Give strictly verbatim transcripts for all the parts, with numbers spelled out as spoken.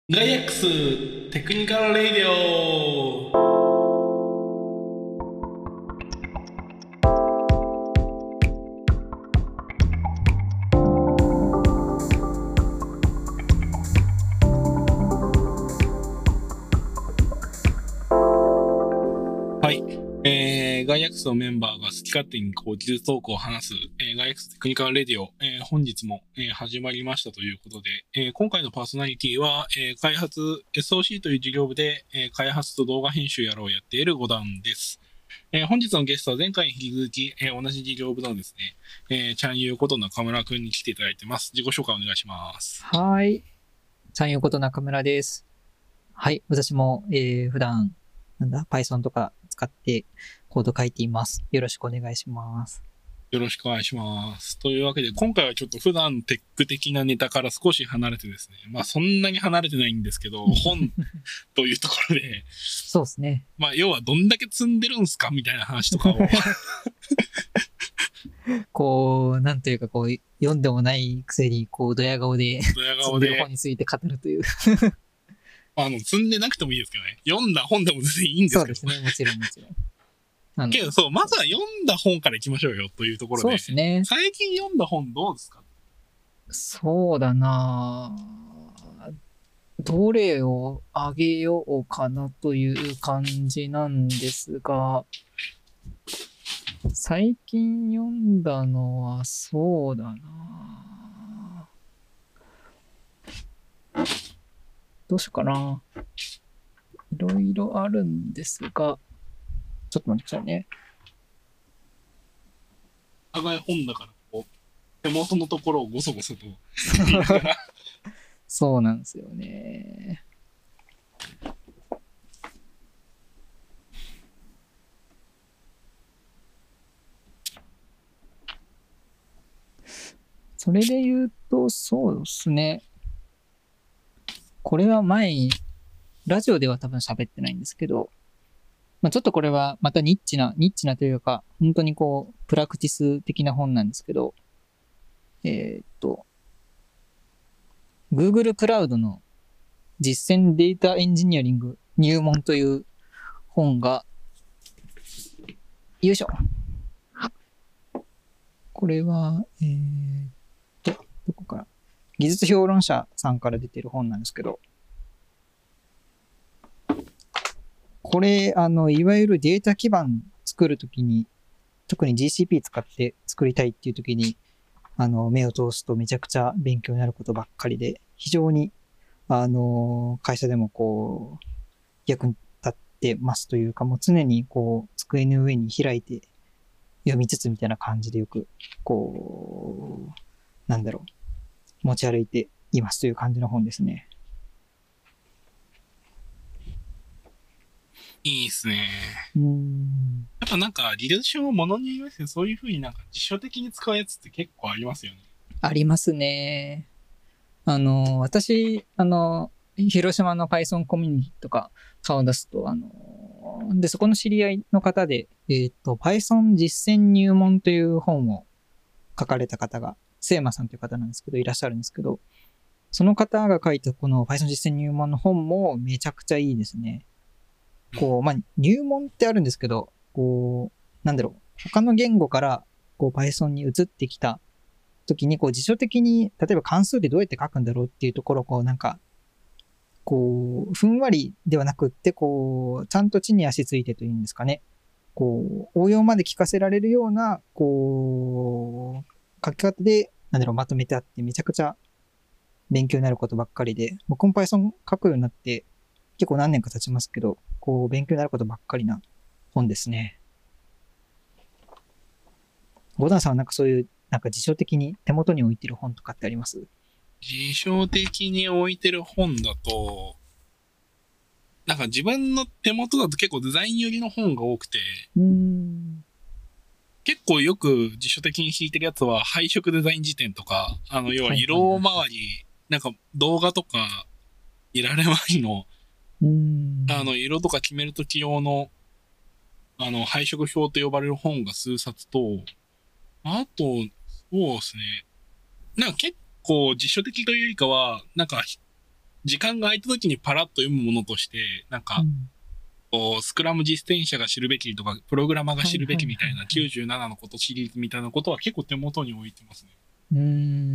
ガイアックステクニカルレイディオ。はい、えー、ガイアックスのメンバーが好き勝手にこう技術トークを話す、えー、ガイアックステクニカルレディオ、えー、本日も、えー、始まりましたということで、えー、今回のパーソナリティは、えー、開発 エスオーシー という事業部で、えー、開発と動画編集やろうやっている五段です。えー、本日のゲストは前回に引き続き、えー、同じ事業部のですね、えー、ちゃんゆうこと中村くんに来ていただいてます。自己紹介お願いします。 はい。ちゃんゆうこと中村です。はい。私も、えー、普段、なんだ、Python とか使ってコード書いています。よろしくお願いします。 よろしくお願いします。というわけで、今回はちょっと普段テック的なネタから少し離れてですね、まあそんなに離れてないんですけど、本というところで、 そうですね。 まあ要はどんだけ積んでるんすかみたいな話とかを。こう、なんというかこう、読んでもないくせに、こう、ドヤ顔で、 ドヤ顔で、 本について語るという。 あの、積んでなくてもいいですけどね。読んだ本でも全然いいんですけど。 そうですね。もちろんもちろん。 けどそう、まずは読んだ本から行きましょうよというところで。 そうですね。 最近読んだ本どうですか？ そうだなどれをあげようかなという感じなんですが、最近読んだのはそうだなどうしようかな。いろいろあるんですが、ちょっと待ってくださいね。 お互い本だからこう、手元のところをごそごそと。 そうなんですよね。それで言うと、そうですね。これは前に、ラジオでは多分喋ってないんですけど、まあ、ちょっとこれはまたニッチな、ニッチなというか、本当にこう、プラクティス的な本なんですけど、えー、っと、Google クラウドの実践データエンジニアリング入門という本が、よいしょ。これは、えー、っと、どこから技術評論者さんから出てる本なんですけど、これ、あの、いわゆるデータ基盤作るときに、特に ジーシーピー 使って作りたいっていうときに、あの、目を通すとめちゃくちゃ勉強になることばっかりで、非常に、あの、会社でもこう、役に立ってますというか、もう常にこう、机の上に開いて読みつつみたいな感じでよく、こう、なんだろう、持ち歩いていますという感じの本ですね。 いいっすね。 うん。 やっぱなんか、履歴書をものに言いますけど、そういう風になんか辞書的に使うやつって結構ありますよね。 ありますね。あの、私、あの、広島の Python コミュニティとか顔出すと、あの、で、そこの知り合いの方で、えっと、Python 実践入門という本を書かれた方が、セイマさんという方なんですけど、いらっしゃるんですけど、その方が書いたこの Python 実践入門の本もめちゃくちゃいいですね。こう、まあ、入門ってあるんですけど、こう、なんだろう、他の言語からこう Python に移ってきた時に、こう辞書的に、例えば関数でどうやって書くんだろうっていうところを、こうなんか、こう、ふんわりではなくって、こう、ちゃんと地に足ついてというんですかね。こう、応用まで聞かせられるような、こう、書き方で、なんだろう、まとめてあって、めちゃくちゃ勉強になることばっかりで、僕も Python 書くようになって、結構何年か経ちますけど、こう、勉強になることばっかりな本ですね。ゴダンさんはなんかそういう、なんか辞書的に手元に置いてる本とかってあります？ 辞書的に置いてる本だと、なんか自分の手元だと結構デザイン寄りの本が多くて、 うーん結構よく辞書的に引いてるやつは配色デザイン辞典とか、あの、要は色回り、なんか動画とか、いられ回りの、あの、色とか決めるとき用の、あの、配色表と呼ばれる本が数冊と、あと、そうですね。なんか結構辞書的というよりかは、なんか、 時間が空いた時にパラッと読むものとして、なんか、 うんこうスクラム実践者が知るべきとか、プログラマーが知るべきみたいなはいはいはいはいきゅうじゅうななのことシリーズみたいなことは結構手元に置いてますね。 うーん。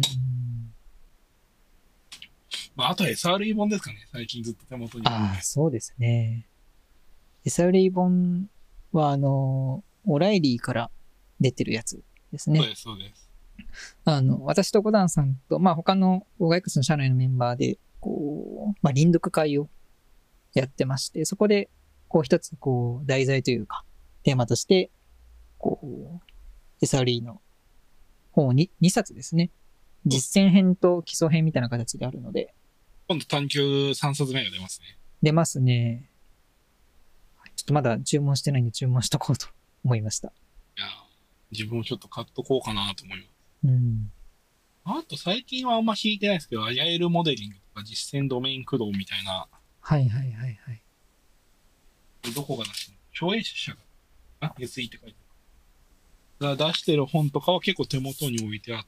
まあ、あとは エスアールイー 本ですかね。最近ずっと手元に。 ああ、そうですね。エスアールイー 本は、あの、オライリーから出てるやつですね。 そうです、そうです。 あの、私とゴダンさんと、まあ、他の オーガイエックス の社内のメンバーで、こう、まあ、臨読会をやってまして、そこで、こう、一つ、こう、題材というか、テーマとして、こう、エスアールイー の本ににさつですね。実践編と基礎編みたいな形であるので。 今度探究さんさつめが出ますね。 出ますね。ちょっとまだ注文してないんで注文しとこうと思いました。 いや、自分もちょっと買っとこうかなと思います。 うん。 あと最近はあんま引いてないですけど、アジャイルモデリングとか実践ドメイン駆動みたいな、 はいはいはいはい。 どこが出してるの？省営者が、あ、エスイー って書いてある。が出してる本とかは結構手元に置いてあって、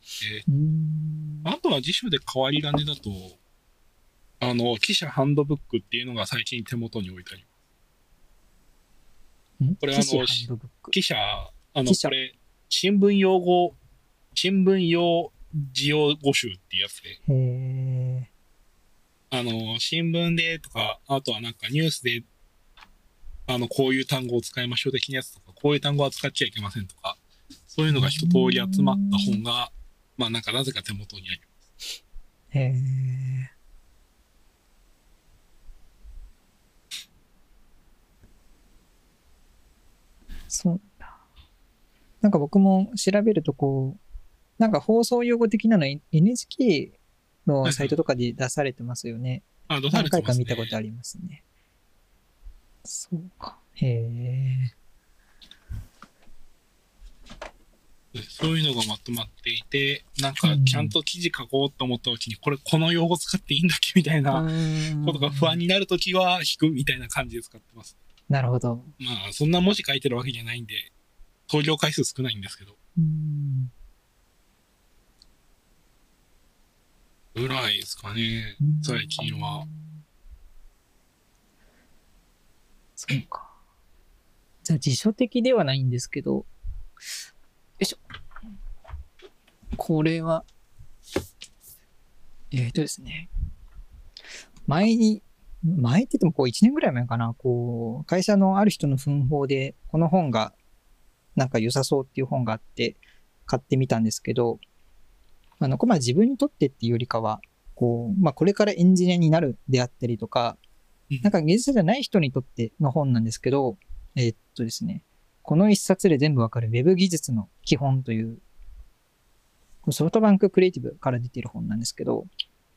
うーん。 あとは辞書で変わり種だと、あの、記者ハンドブックっていうのが最近手元に置いてあります。 んこれあの記事ハンドブック。 記者、あの、 記者これ、新聞用語、新聞用需要語集っていうやつで、 へあの、新聞でとか、あとはなんかニュースで、あの、こういう単語を使いましょう的なやつとか、こういう単語は使っちゃいけませんとか、そういうのが一通り集まった本が、まあなんかなぜか手元にあります。 ー。へー。そうなんだ。なんか僕も調べるとこう、なんか放送用語的なの エヌエイチケー のサイトとかで出されてますよね。 あ、出され何回かてますね。 見たことありますね。そうか。へえ。 そういうのがまとまっていて、なんかちゃんと記事書こうと思った時に、これこの用語使っていいんだっけみたいなことが不安になるときは引くみたいな感じで使ってます。 なるほど。 まあ、そんな文字書いてるわけじゃないんで、登場回数少ないんですけど。 うんぐらいですかね、最近は。 そうか。じゃあ辞書的ではないんですけど、よいしょ。これは、えっ、ー、とですね。前に、前って言ってもこういちねんぐらい前かな、こう、会社のある人の奮法で、この本がなんか良さそうっていう本があって、買ってみたんですけど、あの、これまあ自分にとってっていうよりかは、こう、まあこれからエンジニアになるであったりとか、なんか技術者じゃない人にとっての本なんですけど、えー、っとですね、この一冊で全部わかる Web 技術の基本という、ソフトバンククリエイティブから出ている本なんですけど、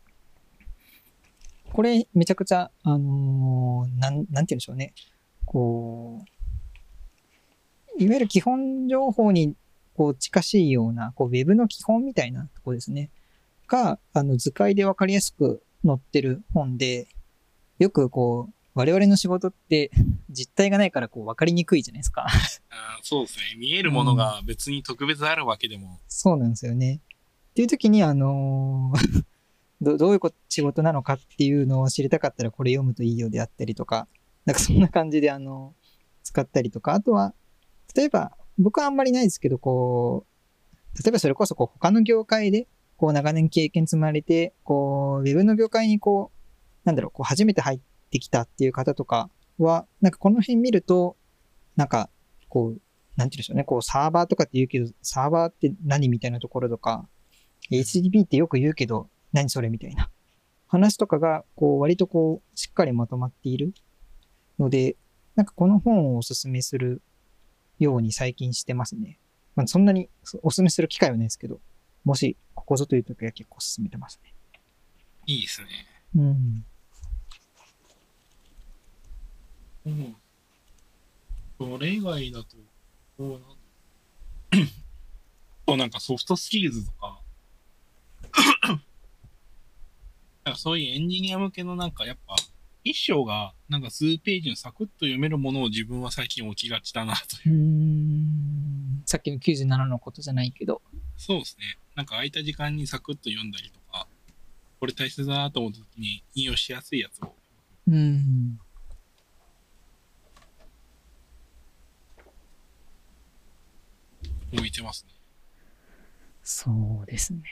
これめちゃくちゃ、あのー、なん、なんて言うんでしょうね。こう、いわゆる基本情報にこう近しいような、こう Web の基本みたいなところですね。が、あの図解でわかりやすく載ってる本で、よくこう、我々の仕事って実体がないからこう分かりにくいじゃないですか。 あ、そうですね。見えるものが別に特別あるわけでも。うん、 そうなんですよね。っていう時に、あのーど、どういう仕事なのかっていうのを知りたかったらこれ読むといいよであったりとか、なんかそんな感じであの、使ったりとか、あとは、例えば、僕はあんまりないですけど、こう、例えばそれこそこう他の業界で、こう長年経験積まれて、こう、ウェブの業界にこう、なんだろう、こう初めて入ってきたっていう方とかは、なんかこの辺見ると、なんか、こう、なんて言うんでしょうね、こうサーバーとかって言うけど、サーバーって何みたいなところとか、エイチティーティーピー ってよく言うけど、何それみたいな話とかが、こう、割とこう、しっかりまとまっているので、なんかこの本をおすすめするように最近してますね。まあ、そんなにおすすめする機会はないですけど、もし、ここぞという時は結構進めてますね。 いいですね。 うん。 うん。それ以外だと、こうなんかソフトスキルズとか、なんかそういうエンジニア向けのなんかやっぱ、一章がなんか数ページのサクッと読めるものを自分は最近起きがちだなという。 うーん。さっきのきゅうじゅうななのことじゃないけど。 そうですね。なんか空いた時間にサクッと読んだりとか、 これ大切だなと思った時に引用しやすいやつをうん。 置いてますね。 そうですね。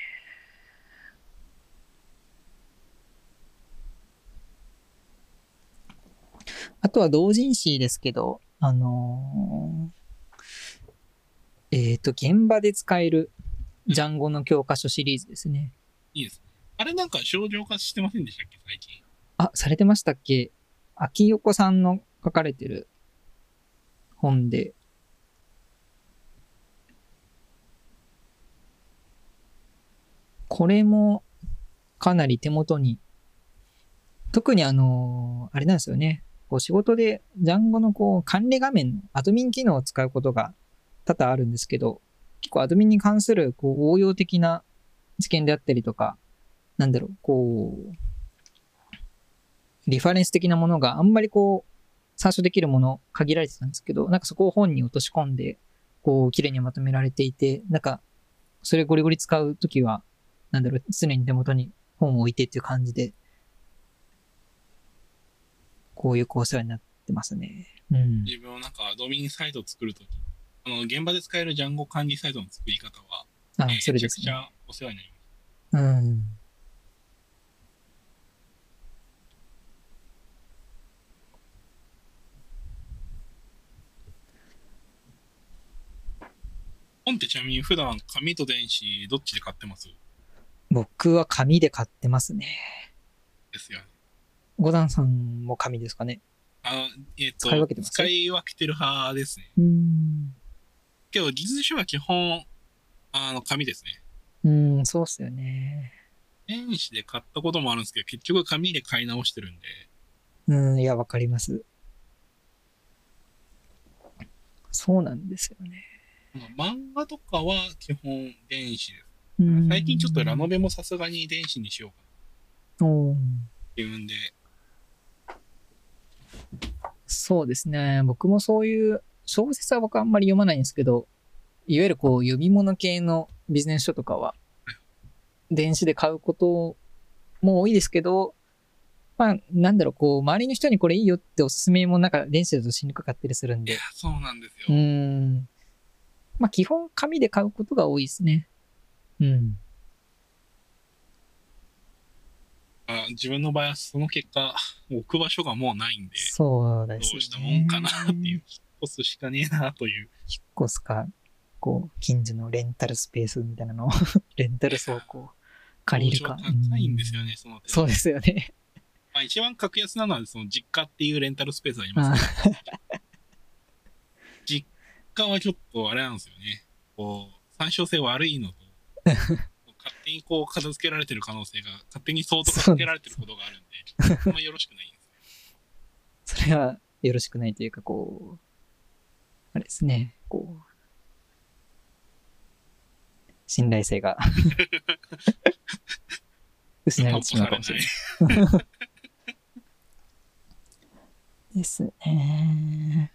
あとは同人誌ですけど、あのー、えっと、現場で使えるジャンゴの教科書シリーズですね。 いいですね。あれなんか少女化してませんでしたっけ、最近。 あ、されてましたっけ？秋横さんの書かれてる本で、これもかなり手元に、特にあのーあれなんですよね。こう仕事でジャンゴのこう管理画面のアドミン機能を使うことが多々あるんですけど、結構アドミンに関するこう応用的な知見であったりとか、なんだろう、こう、リファレンス的なものがあんまりこう、参照できるもの限られてたんですけど、なんかそこを本に落とし込んで、こう、綺麗にまとめられていて、なんか、それゴリゴリ使うときは、なんだろう、常に手元に本を置いてっていう感じで、こういう構成になってますね。うん。 自分はなんかアドミンサイトを作るとき、あの、現場で使えるジャンゴ管理サイトの作り方は、 あ、 えーそれですね。 めちゃくちゃお世話になりました。 うん。 本ってちなみに普段紙と電子どっちで買ってます？ 僕は紙で買ってますね。 ですよね。 五段さんも紙ですかね。 あ、えっ、と、 使い分けてます？ 使い分けてる派ですね。 うん。 けど、技術書は基本、あの、紙ですね。 うん、そうっすよね。 電子で買ったこともあるんですけど、結局紙で買い直してるんで、 うん、いや、わかります。そうなんですよね。 まあ漫画とかは基本電子です。 うん。 最近ちょっとラノベもさすがに電子にしようかなおー、 っていうんで、 そうですね。僕もそういう小説は僕あんまり読まないんですけど、いわゆるこう読み物系のビジネス書とかは電子で買うことも多いですけど、まあなんだろう、こう周りの人にこれいいよっておすすめもなんか電子だとしにくかったりするんで、 いや、そうなんですよ。 うーん。まあ基本紙で買うことが多いですね。うん。 あ、自分の場合はその結果、置く場所がもうないんで、 そうですよどうしたもんかなっていう、 ね。 引っ越すしかねえなという。 引っ越すか、こう、近所のレンタルスペースみたいなのをレンタル倉庫を借りるか。 高いんですよね、その点。 そうですよね。 まあ一番格安なのは、その実家っていうレンタルスペースありますけど、実家はちょっとあれなんですよね。こう、参照性悪いのと、勝手にこう片付けられてる可能性が、勝手に相当片付けられてることがあるんで、あんまよろしくないんですよ。 それはよろしくないというか、こう、あれですね、こう、信頼性が失われてしまうかもしれない。ですね。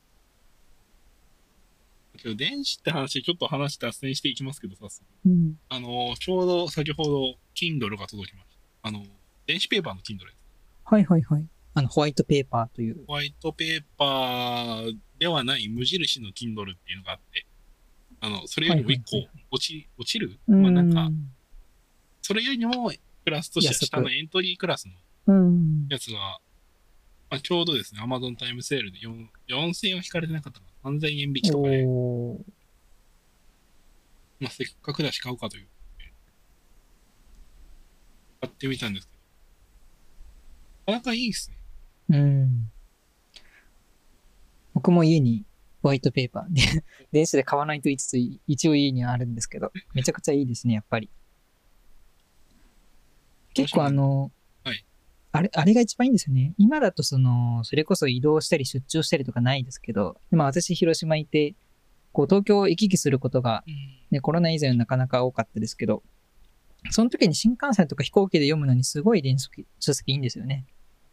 けど電子って話、ちょっと話脱線していきますけど、早速。 うん、 あの、ちょうど先ほど、Kindle が届きました。あの、電子ペーパーの Kindle です。 はいはいはい。あの、ホワイトペーパーという。 ホワイトペーパーではない無印の Kindle っていうのがあって、あの、それよりも一個落ち、落ちるまあなんか、それよりもクラスとして下のエントリークラスのやつが、まあ、ちょうどですね、Amazon タイムセールでよんせんえんは引かれてなかったかな。さんぜんえん引きとかで、まあせっかくだし買うかという。買ってみたんですけど、なかなかいいですね。 うん。僕も家にホワイトペーパーで電子で買わないと言いつつ、一応家にはあるんですけど、めちゃくちゃいいですね、やっぱり。結構あの、 はい、 あれ、あれが一番いいんですよね。今だとその、それこそ移動したり出張したりとかないですけど、でも私広島いて、こう東京行き来することが、ね、コロナ以前はなかなか多かったですけど、その時に新幹線とか飛行機で読むのにすごい電子書籍いいんですよね。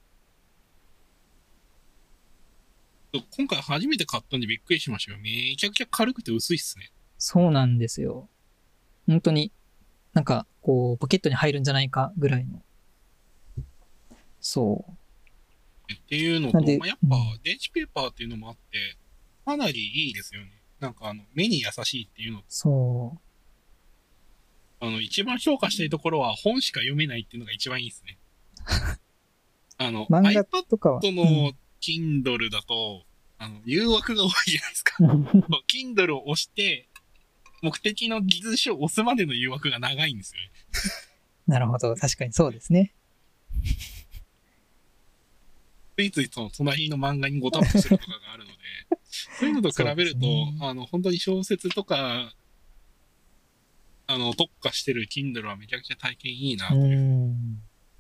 今回初めて買ったんでびっくりしましたよ。めちゃくちゃ軽くて薄いっすね。 そうなんですよ。本当に、 なんか、こう、ポケットに入るんじゃないかぐらいの。そう。 っていうのと、 なんでまあ、やっぱうん電子ペーパーっていうのもあって、かなりいいですよね。なんかあの、目に優しいっていうのと、 そあの、一番評価したいところは本しか読めないっていうのが一番いいですね。あの、 う。漫画 iPad とかは。 の Kindle だと、あの、誘惑が多いじゃないですか。 うん、 Kindle を押して、目的の技術書を押すまでの誘惑が長いんですよね。 なるほど。確かにそうですね。 ついついその隣の漫画にごタップするとかがあるので、そういうのと比べると、 そうですねあの、本当に小説とか、あの、特化してる Kindle はめちゃくちゃ体験いいなとういう。 ん。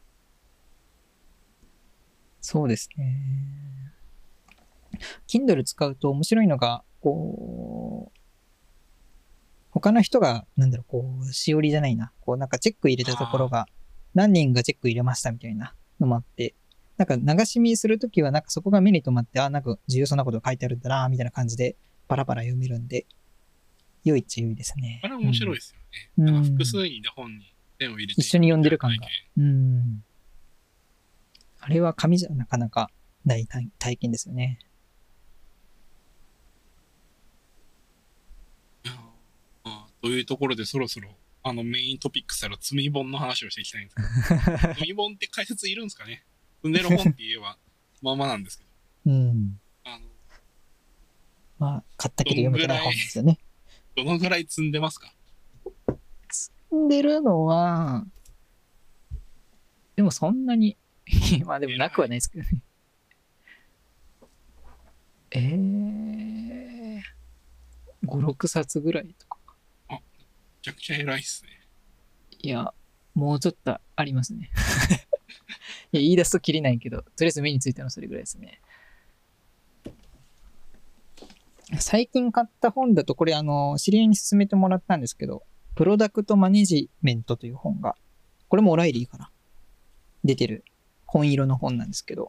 そうですね。Kindle 使うと面白いのが、こう、他の人が、なんだろう、こう、しおりじゃないな。こう、なんかチェック入れたところが、何人がチェック入れましたみたいなのもあって、なんか流し見するときは、なんかそこが目に留まって、あ、なんか重要そうなことが書いてあるんだな、みたいな感じで、パラパラ読めるんで、良いっちゃ良いですね。 あれは面白いですよね。 うんなんか複数人で本にペンを入れて一緒に読んでる感が体うん。あれは紙じゃなかなかない体体験ですよね。 験。いやーまあというところでそろそろ、あのメイントピックスから積み本の話をしていきたいんですけど、積み本って解説いるんですかね。積んでる本って言えば、まあまあなんですけど。 うん。 あの、 まあ、買ったけど読めてない本ですよね。 どのぐらい積んでますか？ 積んでるのは、でもそんなに、まあでもなくはないですけどね。えー、ご、ろくさつぐらいとか。 めちゃくちゃ偉いっすね。 いや、もうちょっとありますね。いや、言い出すときりないけど、とりあえず目についたのはそれぐらいですね。最近買った本だと、これあの、知り合いに勧めてもらったんですけど、プロダクトマネジメントという本が、これもオライリーかな。出てる紺色の本なんですけど、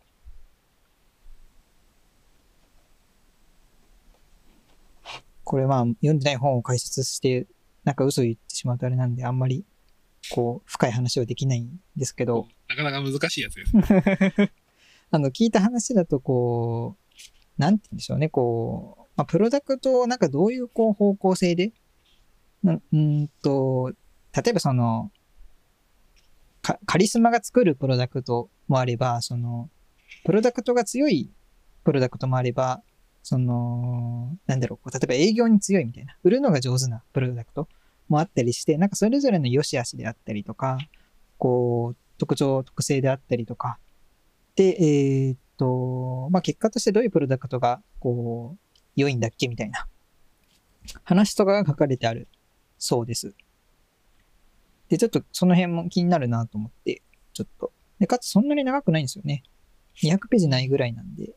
これまあ読んでない本を解説して、なんか嘘言ってしまうとあれなんで、あんまりこう深い話はできないんですけど、 なかなか難しいやつですね。 あの聞いた話だとこう、なんて言うんでしょうね、こう、まあ、プロダクトをなんかどういうこう方向性で、なうんと、例えばその、カカリスマが作るプロダクトもあれば、その、プロダクトが強いプロダクトもあれば、その、なんだろう、例えば営業に強いみたいな、売るのが上手なプロダクトもあったりして、なんかそれぞれの良し悪しであったりとか、こう、特徴、特性であったりとか、で、えーっと、まあ、結果としてどういうプロダクトが、こう、良いんだっけみたいな話とかが書かれてあるそうです。で、ちょっとその辺も気になるなと思って、ちょっと。で、かつそんなに長くないんですよね。にひゃくページないぐらいなんで、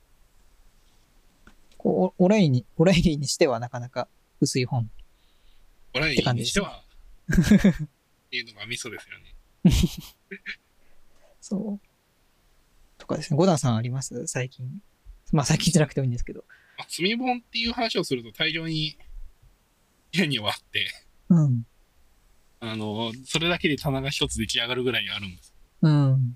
こうオライに、オライリーにしてはなかなか薄い本。 オライリーにしては、っていうのがミソですよね。 そう。とかですね。ゴダンさんあります最近。まあ最近じゃなくてもいいんですけど。 まあ、積み本っていう話をすると大量に家にはあって、 うん。 あの、それだけで棚が一つ出来上がるぐらいあるんです。 うん。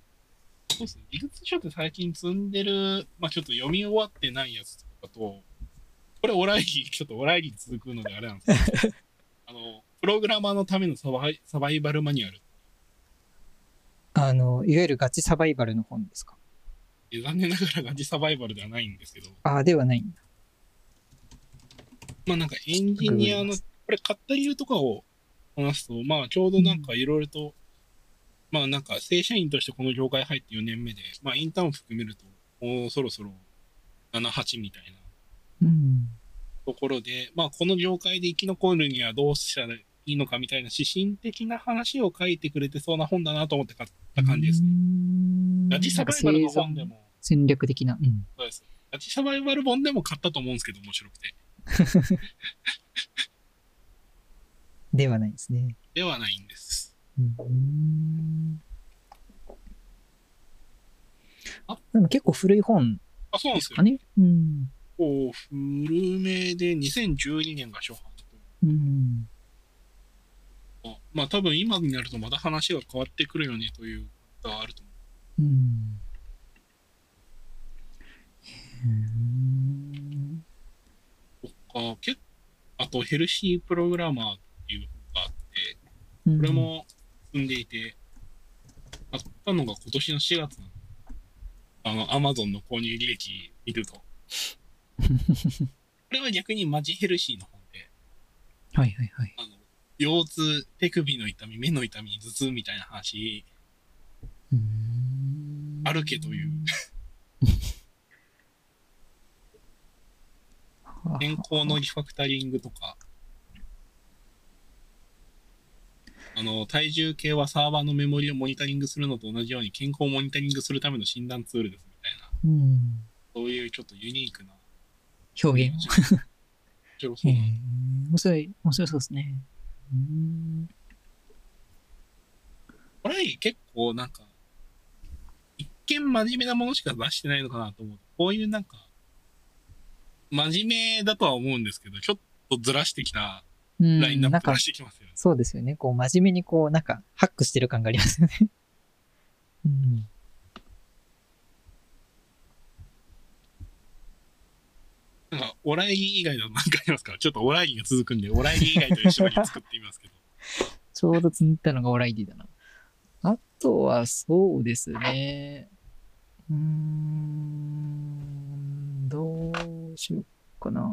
そうですね。技術書って最近積んでる、まあちょっと読み終わってないやつとかと、これオライリー、ちょっとオライリー続くのであれなんですけど、あの、プログラマーのためのサバイサバイバルマニュアル。 あの、いわゆるガチサバイバルの本ですか？ 残念ながらガチサバイバルではないんですけど、 ああ、ではないんだ。 まあなんかエンジニアの、これ買った理由とかを話すと、まあちょうどなんかいろいろと、まあなんか正社員としてこの業界入ってよねんめで、まあインターン含めると、もうそろそろなな、はちみたいなうん。 ところで、まあこの業界で生き残るにはどうしたらいいのかみたいな指針的な話を書いてくれてそうな本だなと思って買った感じですね。ガチサバイバルの本でも、 戦略的な。うん。 そうです。ガチサバイバル本でも買ったと思うんですけど、面白くて。 ではないですね。 ではないんです。 うん。あ、でも結構古い本あ、そうなんですよ。 ですかね。うん。 こう、古めでにせんじゅうにねんが初版という。 うん。 まあ多分今になるとまた話が変わってくるよねということはあると思うん。うんう。とか、結あとヘルシープログラマーっていう本があって、 うんこれも進んでいて、あったのが今年のしがつなの。あの、アマゾンの購入履歴見ると。これは逆にマジヘルシーの本で、 はいはいはい。 あの、腰痛、手首の痛み、目の痛み、頭痛みたいな話、 うーんあるけという健康のリファクタリングとか、あの、体重計はサーバーのメモリをモニタリングするのと同じように健康をモニタリングするための診断ツールですみたいな、 うんそういうちょっとユニークな表現。 面白そうな。 へー面白い、面白そうですね。うーんこれ結構なんか、一見真面目なものしか出してないのかなと思う。こういうなんか、真面目だとは思うんですけど、ちょっとずらしてきたうんラインナッなんかプ出してきますよね。 そうですよね。こう、真面目にこう、なんか、ハックしてる感がありますよね。うん。 なんか、オライリー以外だと何かありますか？ちょっとオライリーが続くんで、オライリー以外という縛りを作ってみますけど。 ちょうど積んだのがオライディだな。あとは、そうですね。うーん、どうしようかな。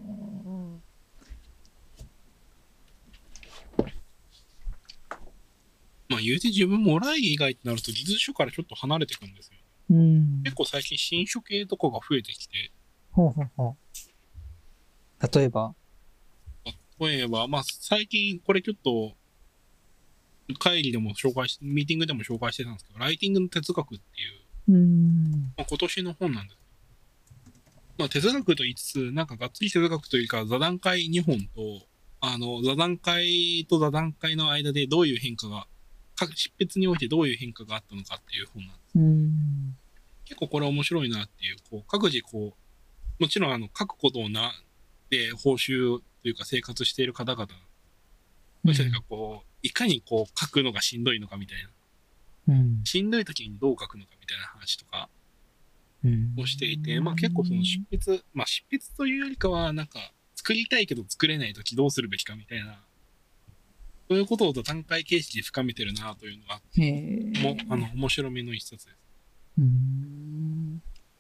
まあ言うて自分もオライリー以外ってなると技術書からちょっと離れていくんですよ。 うん。 結構最近新書系とかが増えてきて、 ほうほうほう。例えば。 例えば、まあ最近これちょっと会議でも紹介し、ミーティングでも紹介してたんですけど、ライティングの哲学っていう、 うーん。 まあ、今年の本なんです。まあ哲学と言いつつ、なんかがっつり哲学というか座談会にほんと、あの、座談会と座談会の間でどういう変化が、各執筆においてどういう変化があったのかっていう本なんです。 うーん。 結構これ面白いなっていう、こう、各自こう、もちろんあの、書くことをな、で報酬というか生活している方々、そういう人がこう、いかにこう書くのがしんどいのかみたいな、 うん。 しんどい時にどう書くのかみたいな話とかうん。 をしていて、まあ結構その執筆、まあ執筆というよりかはなんか作りたいけど作れない時どうするべきかみたいな、そういうことを座談会形式で深めてるなというのが、 へーもあの面白めの一冊です。 うーん。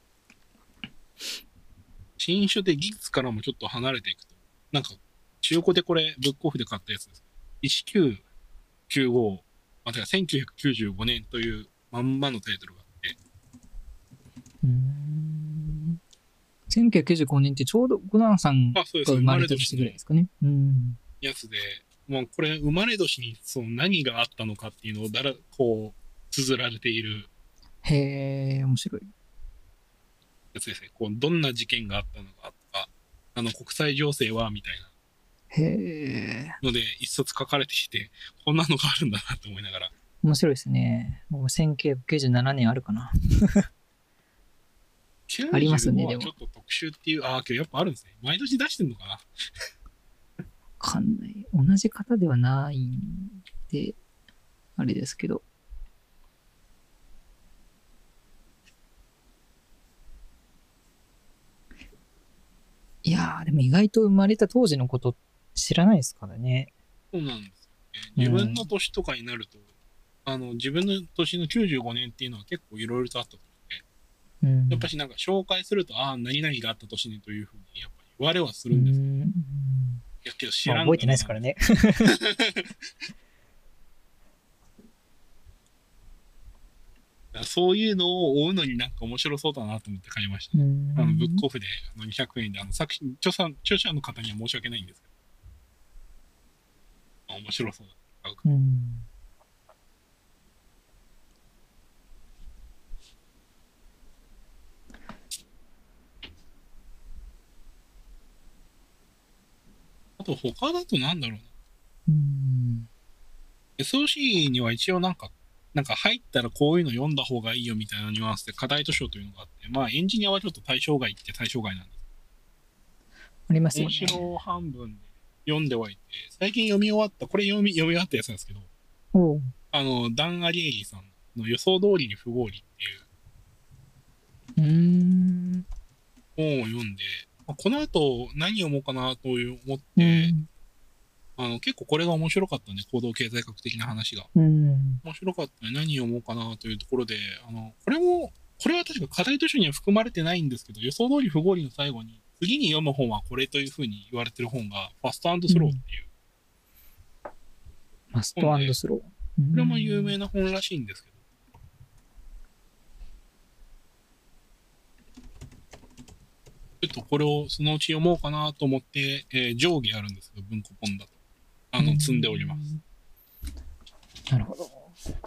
新書で技術からもちょっと離れていくと、なんか中古でこれブックオフで買ったやつです。いちきゅうきゅうご、またせんきゅうひゃくきゅうじゅうごねんというまんまのタイトルがあって、 うーん。せんきゅうひゃくきゅうじゅうごねんってちょうどゴナンさんがあ、そうです。 生まれた年ぐらいですかね。うん。 やつで、もうこれ生まれ年にその何があったのかっていうのをだら、こう、綴られているへえ、面白い。 やつですね。こう、どんな事件があったのかとか、あの、国際情勢はみたいへえ、 なので、一冊書かれてきて、こんなのがあるんだなと思いながら。 面白いですね。もうせんきゅうひゃくきゅうじゅうななねんあるかな。ありますねきゅうじゅうごはちょっと特集っていう、ああ、今日やっぱあるんですね。毎年出してんのかな。 わかんない。同じ方ではないんで、あれですけど。いやー、でも意外と生まれた当時のこと知らないですからね。 そうなんですよね。自分の年とかになると、あの、自分の年のきゅうじゅうごねんっていうのは結構いろいろとあったと思って、 うん、 やっぱしなんか紹介すると、ああ、何々があった年にというふうに、やっぱり言われはするんですけど、 うんいやけど知らんまあ、覚えてないですからね。 そういうのを追うのになんか面白そうだなと思って買いました。 うんあのブックオフであのにひゃくえんで、あの作品、著者著者の方には申し訳ないんですけど、面白そうだ。 うんあと他だとなんだろうな。 うんエスオーシー には一応なんか、なんか入ったらこういうの読んだ方がいいよみたいなニュアンスで課題図書というのがあって、まあエンジニアはちょっと対象外って対象外なんです。 ありますよね。 面白半分で、 読んではいて、最近読み終わった、これ読み、読み終わったやつなんですけど、 おう。 あの、ダン・アリエリさんの予想通りに不合理っていううーん。 本を読んで、まあこの後何読もうかなという思っうて、 ん。 あの、結構これが面白かったんで、行動経済学的な話が。 うん。 面白かったんで何読もうかなというところで、あの、これも、これは確か課題図書には含まれてないんですけど、予想通り不合理の最後に、次に読む本はこれというふうに言われてる本が、ファスト&スローっていうマス本で、 トスロー。ここれも有名な本らしいんですけど、ちょっとこれをそのうち読もうかなと思って、えー上下あるんですけど、文庫本だと。あの、積んでおります。 なるほど。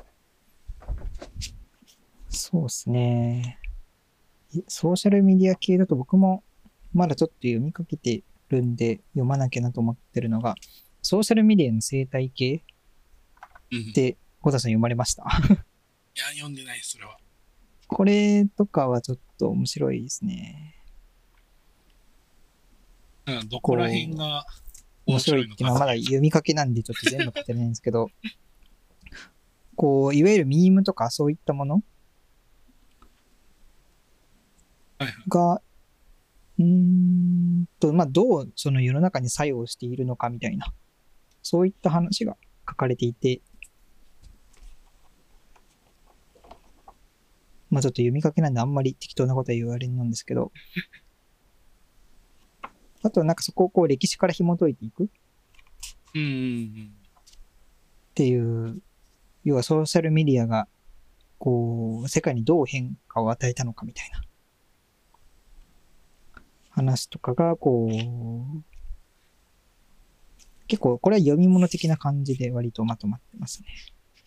そうですね。ソーシャルメディア系だと僕もまだちょっと読みかけてるんで読まなきゃなと思ってるのが、ソーシャルメディアの生態系うん。 っいて、小田さん読まれました？ や、読んでないです、それは。 これとかはちょっと面白いですね。 なんかどこら辺が面面白い白いのかっていうのはまだ読みかけなんでちょっと全部語れないんですけど、こう、いわゆるミームとかそういったものはいはい。 が、うーんと、まあ、どうその世の中に作用しているのかみたいな、そういった話が書かれていて、まあちょっと読みかけなんであんまり適当なことは言われるんですけど、あとはなんかそこをこう歴史から紐解いていくっうんうんうん。 ていう、要はソーシャルメディアがこう世界にどう変化を与えたのかみたいな話とかがこう、結構これは読み物的な感じで割とまとまってますね。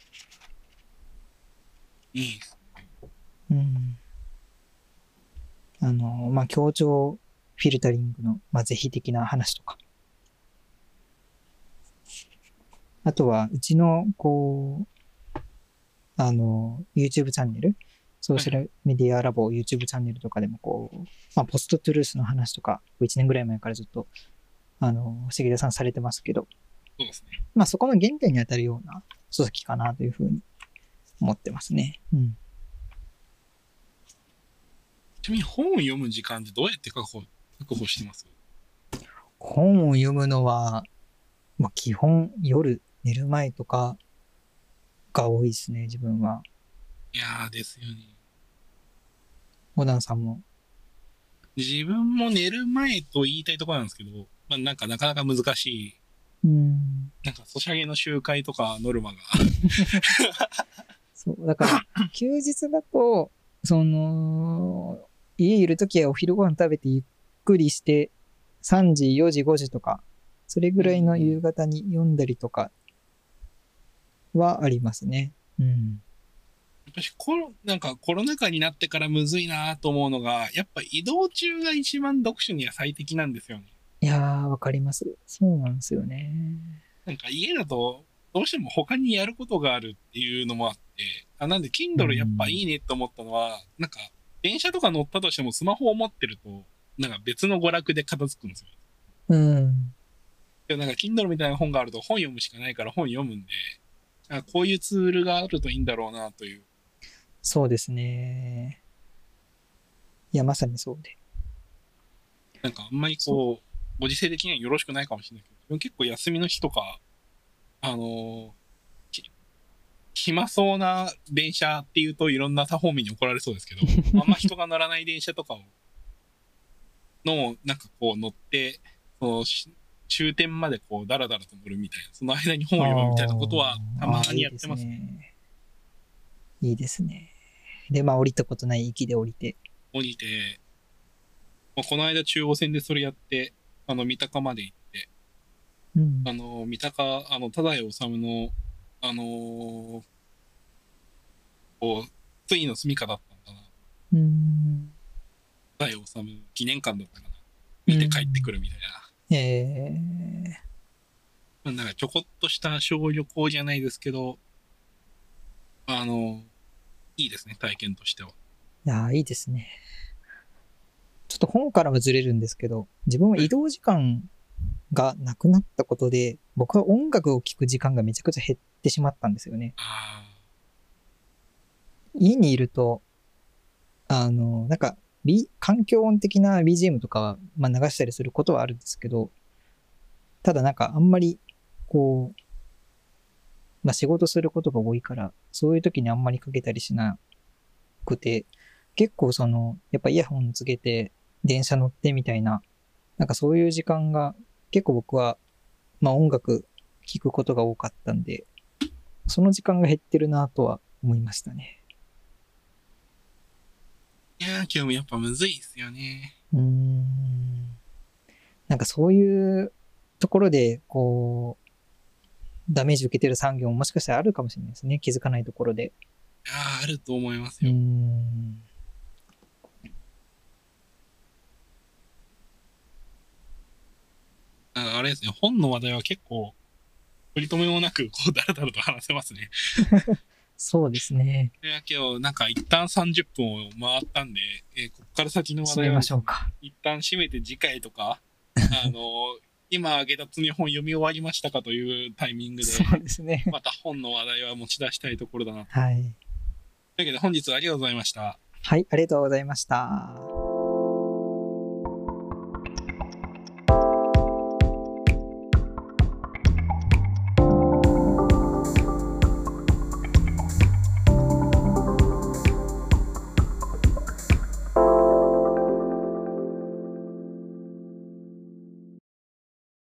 いいです。 うん。あの、まあ協調フィルタリングの、まあ、是非的な話とか。あとは、うちの、こう、あの、YouTube チャンネル、ソーシャルメディアラボ YouTube チャンネルとかでも、こう、まあ、ポストトゥルースの話とか、いちねんぐらい前からずっと、あの、関田さんされてますけど、 そうですね。 まあ、そこの原点に当たるような書籍かなというふうに思ってますね。うん。 ちなみに本を読む時間ってどうやって確保、確保してます？ 本を読むのは、まあ、基本夜寝る前とかが多いですね、自分は。 いやーですよね。 小田さんも。 自分も寝る前と言いたいところなんですけど、まあなんかなかなか難しい、 うん。 なんかソシャゲの集会とかノルマが。 そう、だから、休日だと、その、家いるときはお昼ご飯食べてゆっくりして、さんじ、よじ、ごじとか、それぐらいの夕方に読んだりとかはありますね。うん。 私コロ、なんかコロナ禍になってからむずいなと思うのが、やっぱ移動中が一番読書には最適なんですよね。 いやー、わかります。そうなんですよね。 なんか家だと、どうしても他にやることがあるっていうのもあって、あなんでう Kindle やっぱいん。 いねと思ったのは、なんか電車とか乗ったとしてもスマホを持ってると、なんか別の娯楽で片付くんですよ。 うん。 でなんか Kindle みたいな本があると本読むしかないから本読むんで、あこういうツールがあるといいんだろうなという。 そうですね。いや、まさにそうで。 なんかあんまりそう。 こう、ご時世的にはよろしくないかもしれないけど、自分結構休みの日とか、あのーき暇そうな電車っていうといろんな多方面に怒られそうですけど、あんま人が乗らない電車とかを、の、なんかこう乗って、そのし終点までこうダラダラと乗るみたいな、その間に本をあ読むみたいなことはたあ、 まにああいいですやってますね。 ね。いいですね。で、まあ、降りたことない駅で降りて。 降りて、まあ、この間中央線でそれやって、あの、三鷹まで行って、 うん。 あの、三鷹、あの、忠治の、あのーこう、ついの住処だったんだな。 うん。 忠治記念館だったかな。 う見て帰ってくん。 るみたいな。 ええまあ、なんかちょこっとした小旅行じゃないですけど、あの、いいですね、体験としては。 いやー、いいですね。ちょっと本からはずれるんですけど、自分ははい。 移動時間がなくなったことで、僕は音楽を聴く時間がめちゃくちゃ減ってしまったんですよね。 あ家にいると、あの、なんか、B、環境音的な ビージーエム とかは、まあ、流したりすることはあるんですけど、ただなんかあんまり、こう、まあ、仕事することが多いから、そういう時にあんまりかけたりしなくて、結構その、やっぱイヤホンつけて、電車乗ってみたいな、なんかそういう時間が、結構僕は、まあ音楽聴くことが多かったんで、その時間が減ってるなとは思いましたね。 あ。いやー、今日もやっぱむずいですよね。 うーん。なんかそういうところで、こう、ダメージ受けてる産業ももしかしたらあるかもしれないですね。気づかないところで。 ああ、あると思いますうーよ。 ん。 ああれですね、本の話題は結構、取り留めもなく、こう、だらだらと話せますね。 そうですね。 いや、今日、なんか一旦さんじゅっぷんを回ったんで、えーこっから先の話締めま題はしょうか。 一旦締めて次回とか、あの今挙げたつに本読み終わりましたかというタイミングで、 そうですね。 また本の話題は持ち出したいところだなと。 はい。 というわけで本日はありがとうございました。 はい、ありがとうございました。